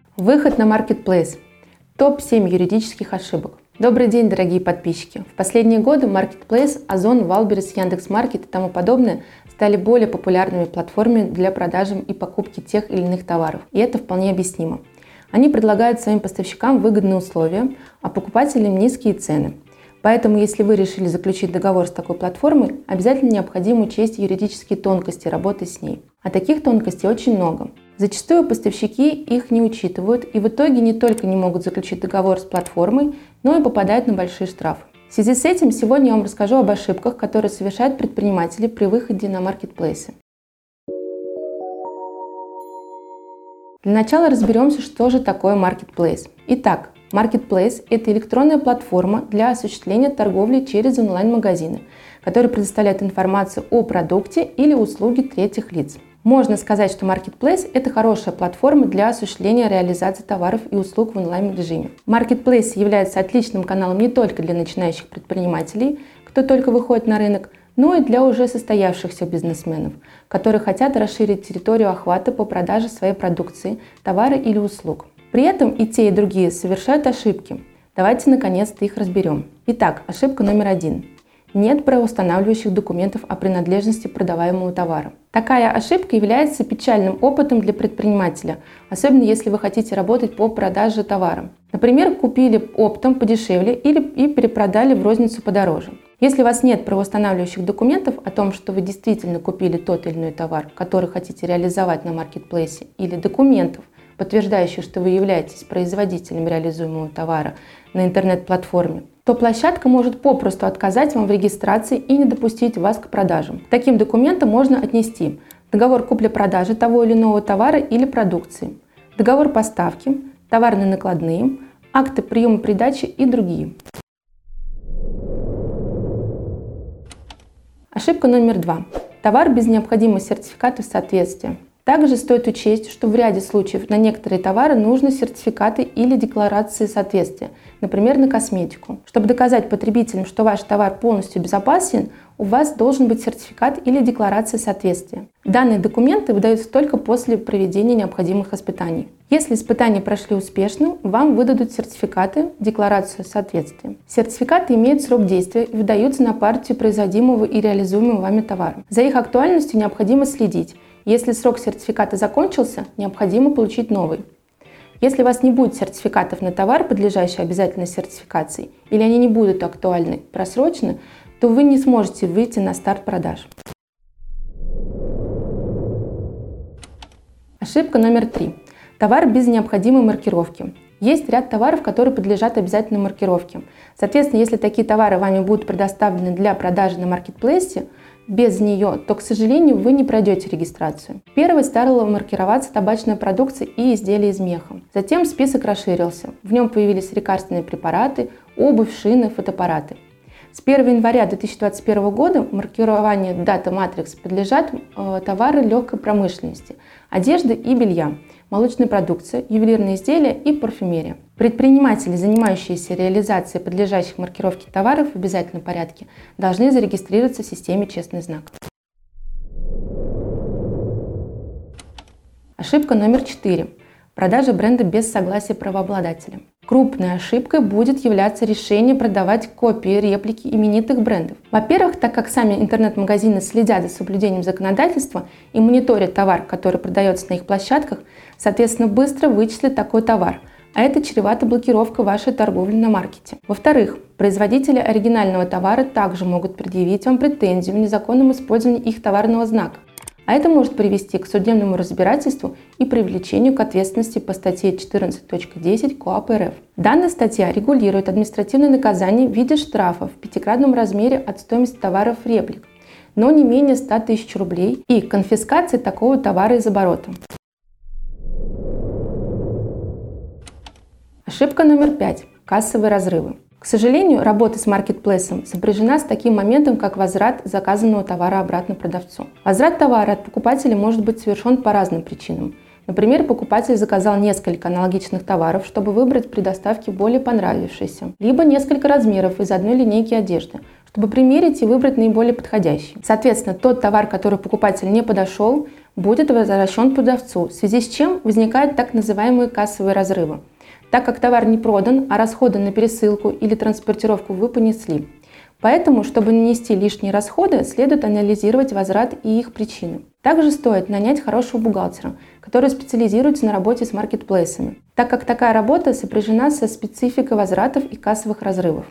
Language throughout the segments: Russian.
Выход на Marketplace. Топ-7 юридических ошибок. Добрый день, дорогие подписчики! В последние годы Marketplace, Озон, Валберес, Яндекс.Маркет и тому подобное стали более популярными платформами для продажи и покупки тех или иных товаров. И это вполне объяснимо. Они предлагают своим поставщикам выгодные условия, а покупателям низкие цены. Поэтому, если вы решили заключить договор с такой платформой, обязательно необходимо учесть юридические тонкости работы с ней. А таких тонкостей очень много. Зачастую поставщики их не учитывают и в итоге не только не могут заключить договор с платформой, но и попадают на большие штрафы. В связи с этим сегодня я вам расскажу об ошибках, которые совершают предприниматели при выходе на маркетплейсы. Для начала разберемся, что же такое Marketplace. Итак, Marketplace – это электронная платформа для осуществления торговли через онлайн-магазины, которые предоставляют информацию о продукте или услуге третьих лиц. Можно сказать, что Marketplace – это хорошая платформа для осуществления реализации товаров и услуг в онлайн-режиме. Marketplace является отличным каналом не только для начинающих предпринимателей, кто только выходит на рынок, но и для уже состоявшихся бизнесменов, которые хотят расширить территорию охвата по продаже своей продукции, товара или услуг. При этом и те, и другие совершают ошибки. Давайте наконец-то их разберем. Итак, ошибка номер 1. Нет правоустанавливающих документов о принадлежности продаваемого товара. Такая ошибка является печальным опытом для предпринимателя, особенно если вы хотите работать по продаже товара. Например, купили оптом подешевле и перепродали в розницу подороже. Если у вас нет правоустанавливающих документов о том, что вы действительно купили тот или иной товар, который хотите реализовать на маркетплейсе, или документов, подтверждающих, что вы являетесь производителем реализуемого товара на интернет-платформе, то площадка может попросту отказать вам в регистрации и не допустить вас к продажам. К таким документам можно отнести договор купли-продажи того или иного товара или продукции, договор поставки, товарные накладные, акты приема-передачи и другие. Ошибка номер 2. Товар без необходимых сертификатов соответствия. Также стоит учесть, что в ряде случаев на некоторые товары нужны сертификаты или декларации соответствия, например, на косметику. Чтобы доказать потребителям, что ваш товар полностью безопасен, у вас должен быть сертификат или декларация соответствия. Данные документы выдаются только после проведения необходимых испытаний. Если испытания прошли успешно, вам выдадут сертификаты, декларацию соответствия. Сертификаты имеют срок действия и выдаются на партию производимого и реализуемого вами товара. За их актуальностью необходимо следить. Если срок сертификата закончился, необходимо получить новый. Если у вас не будет сертификатов на товар, подлежащий обязательной сертификации, или они не будут актуальны просрочно, то вы не сможете выйти на старт продаж. Ошибка номер 3. Товар без необходимой маркировки. Есть ряд товаров, которые подлежат обязательной маркировке. Соответственно, если такие товары вами будут предоставлены для продажи на маркетплейсе, без нее, то, к сожалению, вы не пройдете регистрацию. Первой стала маркироваться табачная продукция и изделия из меха. Затем список расширился. В нем появились лекарственные препараты, обувь, шины, фотоаппараты. С 1 января 2021 года маркированию Data Matrix подлежат товары легкой промышленности, одежды и белья, молочная продукция, ювелирные изделия и парфюмерия. Предприниматели, занимающиеся реализацией подлежащих маркировке товаров в обязательном порядке, должны зарегистрироваться в системе «Честный знак». Ошибка номер 4. Продажа бренда без согласия правообладателя. Крупной ошибкой будет являться решение продавать копии, реплики именитых брендов. Во-первых, так как сами интернет-магазины следят за соблюдением законодательства и мониторят товар, который продается на их площадках, соответственно, быстро вычислят такой товар, а это чревато блокировкой вашей торговли на маркете. Во-вторых, производители оригинального товара также могут предъявить вам претензию в незаконном использовании их товарного знака. А это может привести к судебному разбирательству и привлечению к ответственности по статье 14.10 КоАП РФ. Данная статья регулирует административные наказания в виде штрафа в 5-кратном размере от стоимости товаров реплик, но не менее 100 тысяч рублей и конфискации такого товара из оборота. Ошибка номер 5. Кассовые разрывы. К сожалению, работа с маркетплейсом сопряжена с таким моментом, как возврат заказанного товара обратно продавцу. Возврат товара от покупателя может быть совершен по разным причинам. Например, покупатель заказал несколько аналогичных товаров, чтобы выбрать при доставке более понравившийся, либо несколько размеров из одной линейки одежды, чтобы примерить и выбрать наиболее подходящий. Соответственно, тот товар, который покупатель не подошел, будет возвращен продавцу, в связи с чем возникают так называемые кассовые разрывы, так как товар не продан, а расходы на пересылку или транспортировку вы понесли. Поэтому, чтобы не нести лишние расходы, следует анализировать возврат и их причины. Также стоит нанять хорошего бухгалтера, который специализируется на работе с маркетплейсами, так как такая работа сопряжена со спецификой возвратов и кассовых разрывов.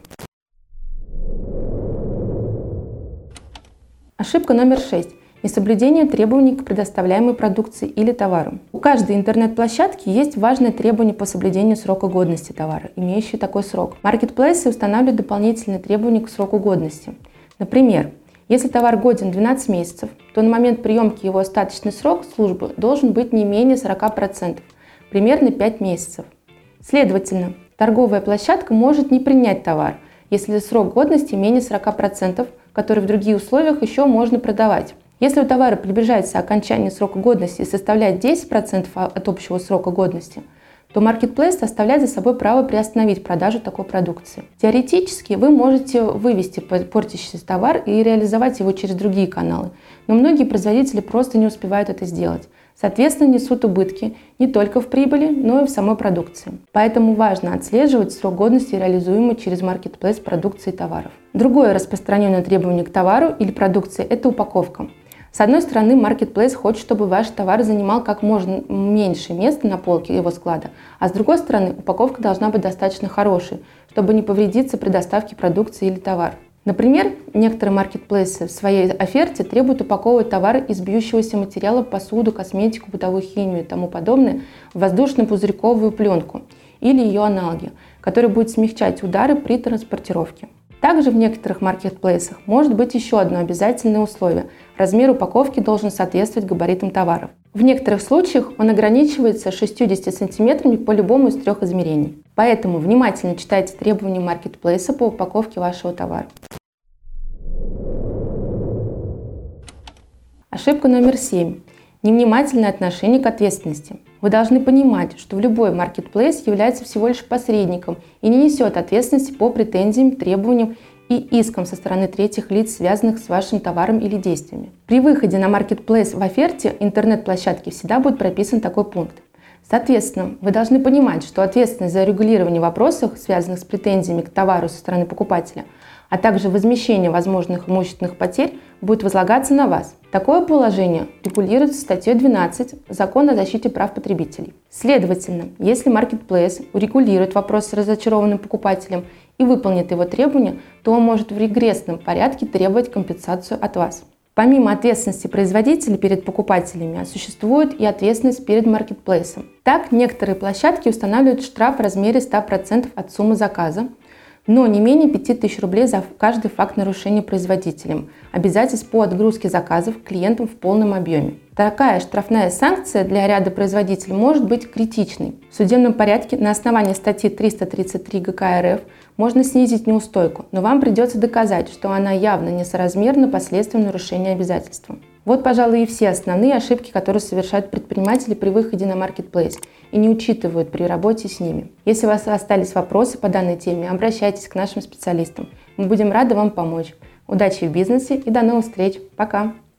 Ошибка номер 6. Несоблюдение требований к предоставляемой продукции или товару. У каждой интернет-площадки есть важное требование по соблюдению срока годности товара, имеющий такой срок. Маркетплейсы устанавливают дополнительные требования к сроку годности. Например, если товар годен 12 месяцев, то на момент приемки его остаточный срок службы должен быть не менее 40%, примерно 5 месяцев. Следовательно, торговая площадка может не принять товар, если срок годности менее 40%, который в других условиях еще можно продавать. Если у товара приближается окончание срока годности и составляет 10% от общего срока годности, то маркетплейс оставляет за собой право приостановить продажу такой продукции. Теоретически вы можете вывести портящийся товар и реализовать его через другие каналы, но многие производители просто не успевают это сделать. Соответственно, несут убытки не только в прибыли, но и в самой продукции. Поэтому важно отслеживать срок годности, реализуемый через маркетплейс продукции и товаров. Другое распространенное требование к товару или продукции – это упаковка. С одной стороны, маркетплейс хочет, чтобы ваш товар занимал как можно меньше места на полке его склада, а с другой стороны, упаковка должна быть достаточно хорошей, чтобы не повредиться при доставке продукции или товара. Например, некоторые маркетплейсы в своей оферте требуют упаковывать товары из бьющегося материала, посуду, косметику, бытовую химию и тому подобное в воздушно-пузырьковую пленку или ее аналоги, которые будут смягчать удары при транспортировке. Также в некоторых маркетплейсах может быть еще одно обязательное условие – размер упаковки должен соответствовать габаритам товаров. В некоторых случаях он ограничивается 60 см по любому из 3 измерений. Поэтому внимательно читайте требования маркетплейса по упаковке вашего товара. Ошибка номер 7. Невнимательное отношение к ответственности. Вы должны понимать, что любой маркетплейс является всего лишь посредником и не несет ответственности по претензиям, требованиям и искам со стороны третьих лиц, связанных с вашим товаром или действиями. При выходе на маркетплейс в оферте интернет-площадки всегда будет прописан такой пункт. Соответственно, вы должны понимать, что ответственность за регулирование вопросов, связанных с претензиями к товару со стороны покупателя, а также возмещение возможных имущественных потерь, будет возлагаться на вас. Такое положение регулируется статьей 12 Закона о защите прав потребителей. Следовательно, если маркетплейс урегулирует вопрос с разочарованным покупателем и выполнит его требования, то он может в регрессном порядке требовать компенсацию от вас. Помимо ответственности производителя перед покупателями, существует и ответственность перед маркетплейсом. Так, некоторые площадки устанавливают штраф в размере 100% от суммы заказа, но не менее 5000 рублей за каждый факт нарушения производителем обязательств по отгрузке заказов клиентам в полном объеме. Такая штрафная санкция для ряда производителей может быть критичной. В судебном порядке на основании статьи 333 ГК РФ можно снизить неустойку, но вам придется доказать, что она явно несоразмерна последствиям нарушения обязательства. Вот, пожалуй, и все основные ошибки, которые совершают предприниматели при выходе на маркетплейс и не учитывают при работе с ними. Если у вас остались вопросы по данной теме, обращайтесь к нашим специалистам. Мы будем рады вам помочь. Удачи в бизнесе и до новых встреч. Пока!